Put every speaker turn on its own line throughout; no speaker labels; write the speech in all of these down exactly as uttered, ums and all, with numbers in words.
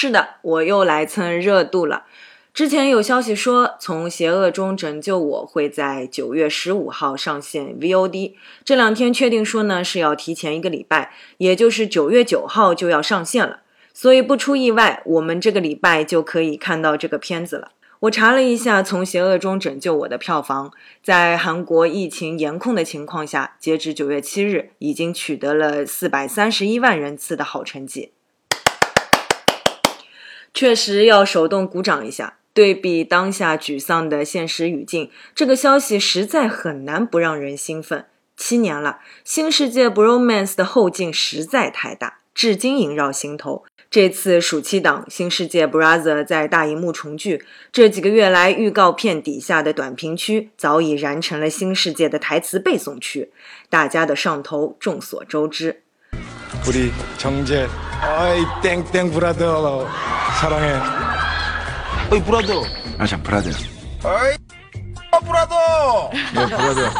是的，我又来蹭热度了。之前有消息说，从邪恶中拯救我会在九月十五号上线 V O D， 这两天确定说呢是要提前一个礼拜，也就是九月九号就要上线了。所以不出意外，我们这个礼拜就可以看到这个片子了。我查了一下从邪恶中拯救我的票房，在韩国疫情严控的情况下，截至九月七日已经取得了四百三十一万人次的好成绩。确实要手动鼓掌一下。对比当下沮丧的现实语境，这个消息实在很难不让人兴奋。七年了，新世界 Bromance 的后劲实在太大，至今萦绕心头。这次暑期档新世界 Brother 在大荧幕重聚，这几个月来预告片底下的短评区早已燃成了新世界的台词背诵区，大家的上头众所周知。
우리 정재 어이 땡땡 브라더 사랑해 어이 브라더
아참 브라더
어이 브라더 네 브라더。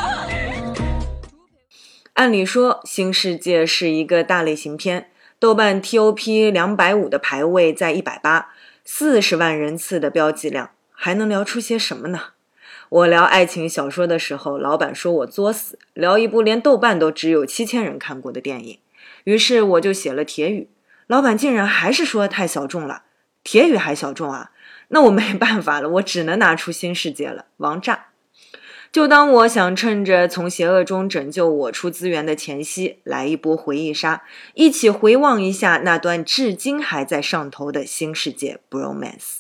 按理说新世界是一个大类型片，豆瓣 T O P 两百五的排位在一百八，四十万人次的标记量，还能聊出些什么呢？我聊爱情小说的时候，老板说我作死，聊一部连豆瓣都只有七千人看过的电影，于是我就写了铁语，老板竟然还是说太小众了。铁语还小众啊？那我没办法了，我只能拿出新世界了，王炸。就当我想趁着从邪恶中拯救我出资源的前夕，来一波回忆杀，一起回望一下那段至今还在上头的新世界 Bromance。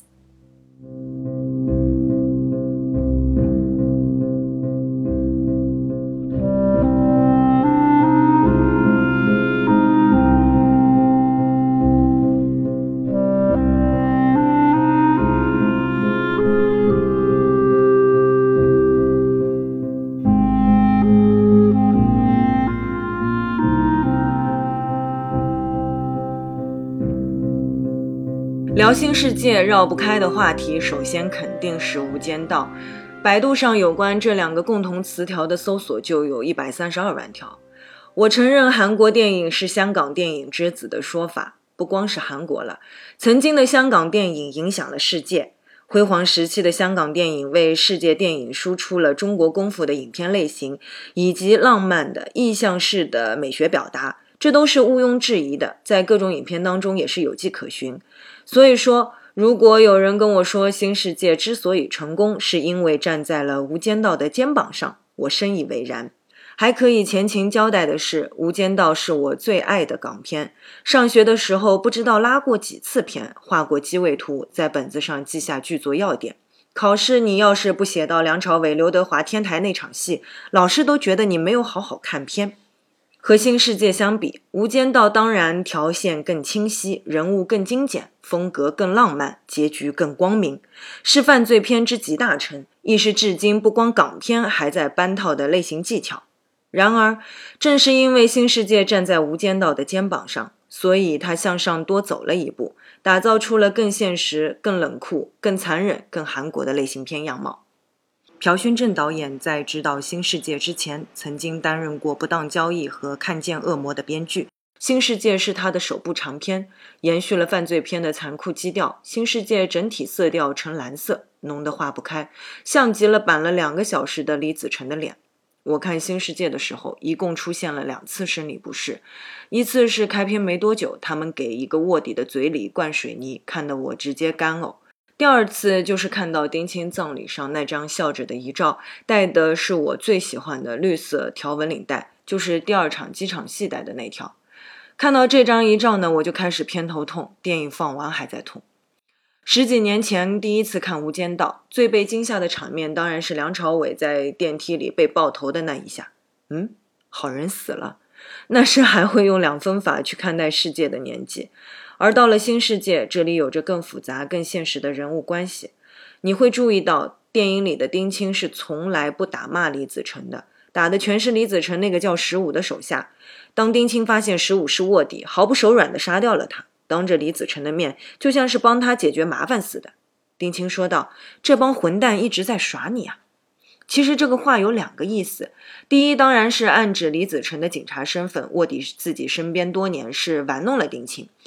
聊新世界绕不开的话题，首先肯定是无间道。百度上有关这两个共同词条的搜索就有一百三十二万条。我承认韩国电影是香港电影之子的说法，不光是韩国了，曾经的香港电影影响了世界。辉煌时期的香港电影为世界电影输出了中国功夫的影片类型，以及浪漫的意象式的美学表达，这都是毋庸置疑的，在各种影片当中也是有迹可循。所以说，如果有人跟我说新世界之所以成功是因为站在了无间道的肩膀上，我深以为然。还可以前情交代的是，无间道是我最爱的港片，上学的时候不知道拉过几次片，画过机位图，在本子上记下剧作要点。考试你要是不写到梁朝伟刘德华天台那场戏，老师都觉得你没有好好看片。和新世界相比，无间道当然条线更清晰，人物更精简，风格更浪漫，结局更光明，是犯罪片之集大成，亦是至今不光港片还在搬套的类型技巧。然而，正是因为新世界站在无间道的肩膀上，所以他向上多走了一步，打造出了更现实、更冷酷、更残忍、更韩国的类型片样貌。朴勋镇导演在执导新世界之前，曾经担任过不当交易和看见恶魔的编剧。新世界是他的首部长片，延续了犯罪片的残酷基调。新世界整体色调呈蓝色，浓得化不开，像极了板了两个小时的李子成的脸。我看新世界的时候，一共出现了两次生理不适，一次是开篇没多久，他们给一个卧底的嘴里灌水泥，看得我直接干呕。第二次就是看到丁清葬礼上那张笑着的遗照，戴的是我最喜欢的绿色条纹领带，就是第二场机场戏戴的那条。看到这张遗照呢，我就开始偏头痛，电影放完还在痛。十几年前第一次看无间道，最被惊吓的场面当然是梁朝伟在电梯里被爆头的那一下。嗯，好人死了，那是还会用两分法去看待世界的年纪。而到了新世界，这里有着更复杂更现实的人物关系。你会注意到电影里的丁清是从来不打骂李子成的，打的全是李子成那个叫十五的手下。当丁清发现十五是卧底，毫不手软地杀掉了他，当着李子成的面就像是帮他解决麻烦似的。丁清说道，这帮混蛋一直在耍你啊。其实这个话有两个意思，第一当然是暗指李子成的警察身份，卧底自己身边多年，是玩弄了丁清。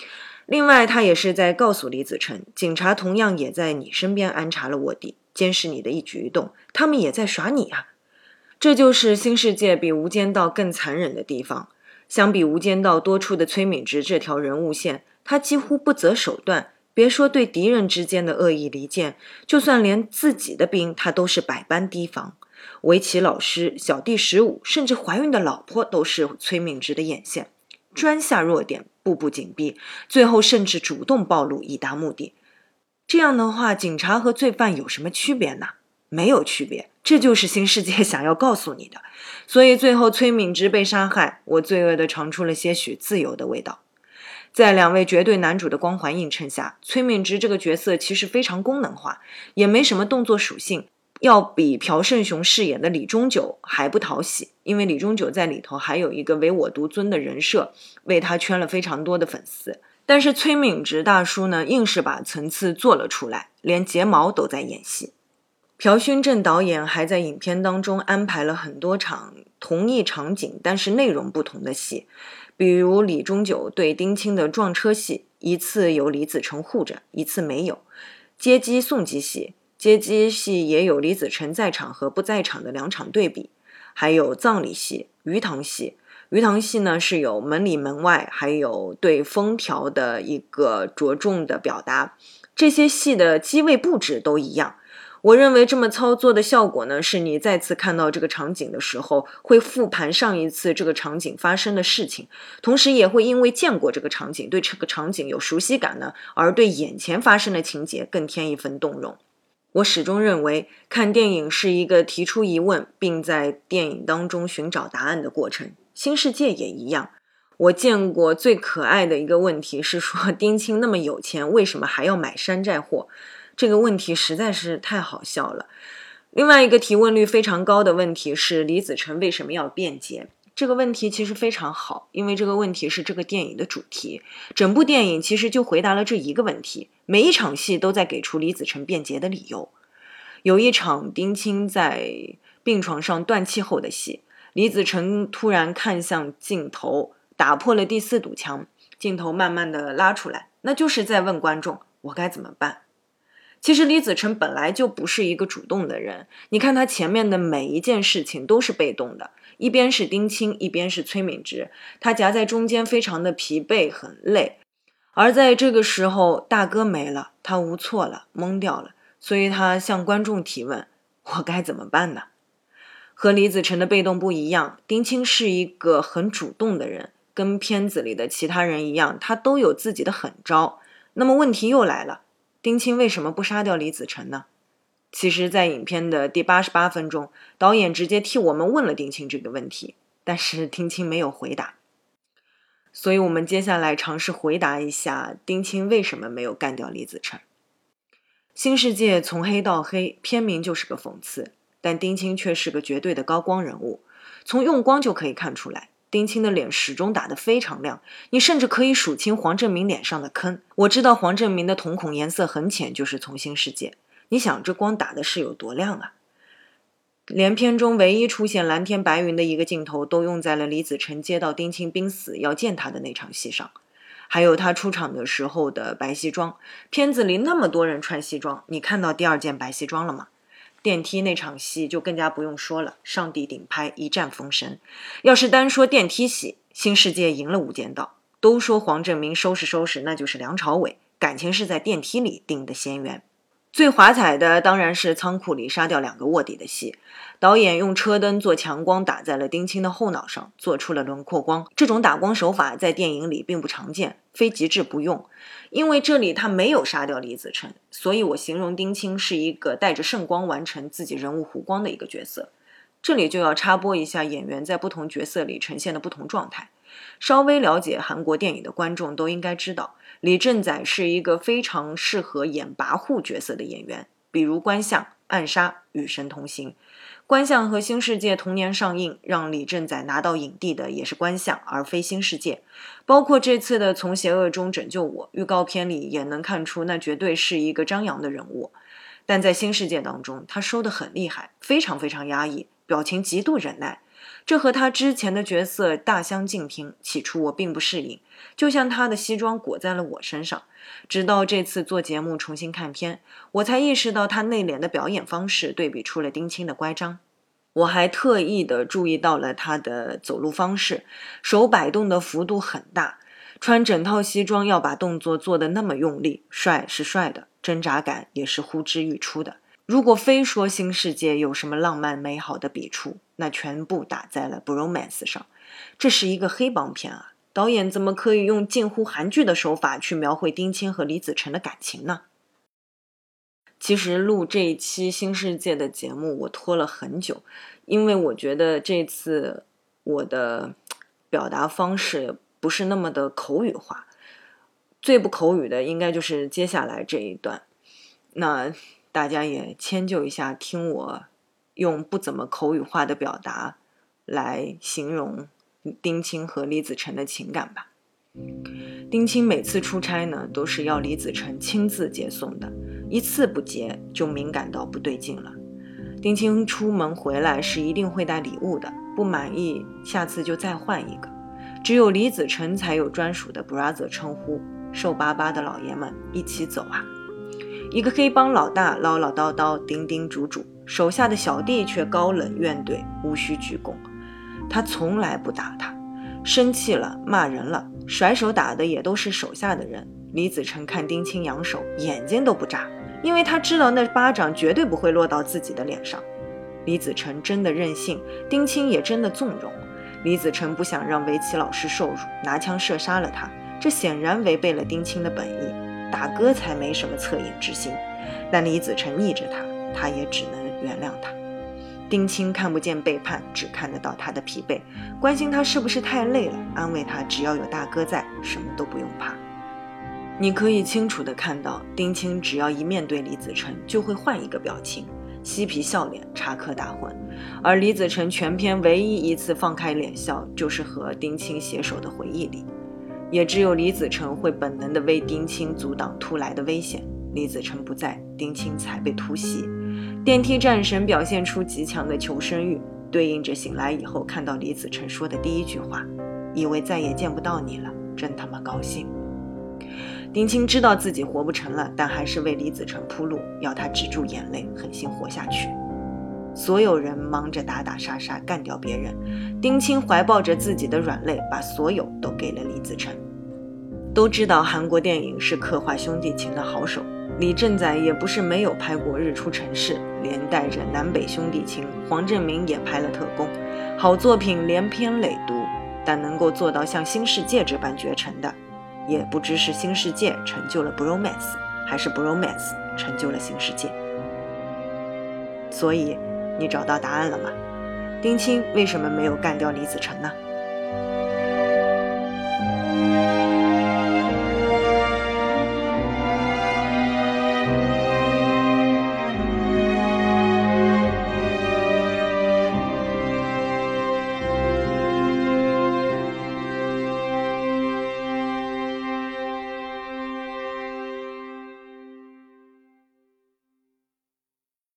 另外，他也是在告诉李子成，警察同样也在你身边安插了卧底，监视你的一举一动，他们也在耍你啊。这就是新世界比无间道更残忍的地方。相比无间道多出的崔敏植这条人物线，他几乎不择手段，别说对敌人之间的恶意离间，就算连自己的兵他都是百般提防。围棋老师、小弟十五，甚至怀孕的老婆都是崔敏植的眼线，专下弱点，步步紧逼，最后甚至主动暴露以达目的。这样的话，警察和罪犯有什么区别呢？没有区别，这就是新世界想要告诉你的。所以最后崔敏植被杀害，我罪恶地尝出了些许自由的味道。在两位绝对男主的光环映衬下，崔敏植这个角色其实非常功能化，也没什么动作属性，要比朴胜雄饰演的李钟九还不讨喜，因为李钟九在里头还有一个唯我独尊的人设，为他圈了非常多的粉丝。但是崔敏植大叔呢，硬是把层次做了出来，连睫毛都在演戏。朴勋镇导演还在影片当中安排了很多场同一场景但是内容不同的戏，比如李钟九对丁青的撞车戏，一次有李子成护着，一次没有。接机送机戏，接机戏也有李子成在场和不在场的两场对比。还有葬礼戏、鱼塘戏。鱼塘戏呢是有门里门外，还有对封条的一个着重的表达。这些戏的机位布置都一样。我认为这么操作的效果呢，是你再次看到这个场景的时候，会复盘上一次这个场景发生的事情，同时也会因为见过这个场景，对这个场景有熟悉感呢，而对眼前发生的情节更添一分动容。我始终认为，看电影是一个提出疑问，并在电影当中寻找答案的过程。新世界也一样。我见过最可爱的一个问题是说，丁青那么有钱，为什么还要买山寨货？这个问题实在是太好笑了。另外一个提问率非常高的问题是，李子成为什么要辩解？这个问题其实非常好，因为这个问题是这个电影的主题。整部电影其实就回答了这一个问题，每一场戏都在给出李子成辩解的理由。有一场丁青在病床上断气后的戏，李子成突然看向镜头，打破了第四堵墙，镜头慢慢的拉出来，那就是在问观众，我该怎么办？其实李子成本来就不是一个主动的人，你看他前面的每一件事情都是被动的，一边是丁青，一边是崔敏植，他夹在中间非常的疲惫很累。而在这个时候，大哥没了，他无措了，懵掉了，所以他向观众提问，我该怎么办呢？和李子成的被动不一样，丁青是一个很主动的人，跟片子里的其他人一样，他都有自己的狠招。那么问题又来了，丁青为什么不杀掉李子成呢？其实在影片的第八十八分钟，导演直接替我们问了丁青这个问题，但是丁青没有回答。所以我们接下来尝试回答一下丁青为什么没有干掉李子成。新世界从黑到黑，片名就是个讽刺，但丁青却是个绝对的高光人物。从用光就可以看出来，丁青的脸始终打得非常亮，你甚至可以数清黄正明脸上的坑。我知道黄正明的瞳孔颜色很浅，就是从新世界。你想这光打的是有多亮啊？连片中唯一出现蓝天白云的一个镜头都用在了李子成接到丁青濒死要见他的那场戏上，还有他出场的时候的白西装。片子里那么多人穿西装，你看到第二件白西装了吗？电梯那场戏就更加不用说了，上帝顶拍，一战封神。要是单说电梯戏，新世界赢了无间道。都说黄正明收拾收拾，那就是梁朝伟，感情是在电梯里定的仙缘。最华彩的当然是仓库里杀掉两个卧底的戏，导演用车灯做强光打在了丁青的后脑上，做出了轮廓光。这种打光手法在电影里并不常见，非极致不用。因为这里他没有杀掉李子成，所以我形容丁青是一个带着圣光完成自己人物弧光的一个角色。这里就要插播一下演员在不同角色里呈现的不同状态。稍微了解韩国电影的观众都应该知道，李正宰是一个非常适合演跋扈角色的演员，比如关相、暗杀、与神同行。关相和新世界同年上映，让李正宰拿到影帝的也是关相，而非新世界。包括这次的从邪恶中拯救我，预告片里也能看出那绝对是一个张扬的人物。但在新世界当中，他收得很厉害，非常非常压抑，表情极度忍耐。 这和他之前的角色大相径庭，起初我并不适应，就像他的西装裹在了我身上。直到这次做节目重新看片，我才意识到他内敛的表演方式对比出了丁沁的乖张。我还特意的注意到了他的走路方式，手摆动的幅度很大，穿整套西装要把动作做得那么用力，帅是帅的，挣扎感也是呼之欲出的。如果非说新世界有什么浪漫美好的笔触，那全部打在了 bromance 上。这是一个黑帮片啊，导演怎么可以用近乎韩剧的手法去描绘丁沁和李子成的感情呢？其实录这一期新世界的节目我拖了很久，因为我觉得这次我的表达方式不是那么的口语化，最不口语的应该就是接下来这一段，那大家也迁就一下，听我用不怎么口语化的表达来形容丁沁和李子成的情感吧。丁沁每次出差呢，都是要李子成亲自接送的，一次不接就敏感到不对劲了。丁沁出门回来是一定会带礼物的，不满意下次就再换一个。只有李子成才有专属的 brother 称呼，瘦巴巴的老爷们一起走啊。一个黑帮老大唠唠叨叨叮叮嘱嘱，手下的小弟却高冷怨怼，无需鞠躬。他从来不打他，生气了骂人了，甩手打的也都是手下的人。李子成看丁沁扬手，眼睛都不眨，因为他知道那巴掌绝对不会落到自己的脸上。李子成真的任性，丁沁也真的纵容。李子成不想让围棋老师受辱，拿枪射杀了他，这显然违背了丁沁的本意，大哥才没什么恻隐之心。但李子成逆着他，他也只能原谅他。丁沁看不见背叛，只看得到他的疲惫，关心他是不是太累了，安慰他只要有大哥在，什么都不用怕。你可以清楚地看到，丁沁只要一面对李子成，就会换一个表情，嬉皮笑脸，插科打诨。而李子成全篇唯一一次放开脸笑，就是和丁沁携手的回忆里。也只有李子成会本能地为丁沁阻挡突来的危险，李子成不在，丁沁才被突袭。电梯战神表现出极强的求生欲，对应着醒来以后看到李子成说的第一句话，以为再也见不到你了，真他妈高兴。丁沁知道自己活不成了，但还是为李子成铺路，要他止住眼泪，狠心活下去。所有人忙着打打杀杀干掉别人，丁沁怀抱着自己的软肋，把所有都给了李子成。都知道韩国电影是刻画兄弟情的好手，李正宰也不是没有拍过《日出城市》，连带着南北兄弟情，黄正明也拍了特工，好作品连篇累牍，但能够做到像新世界这般绝尘的，也不知是新世界成就了 bromance， 还是 bromance 成就了新世界。所以你找到答案了吗？丁沁为什么没有干掉李子成呢？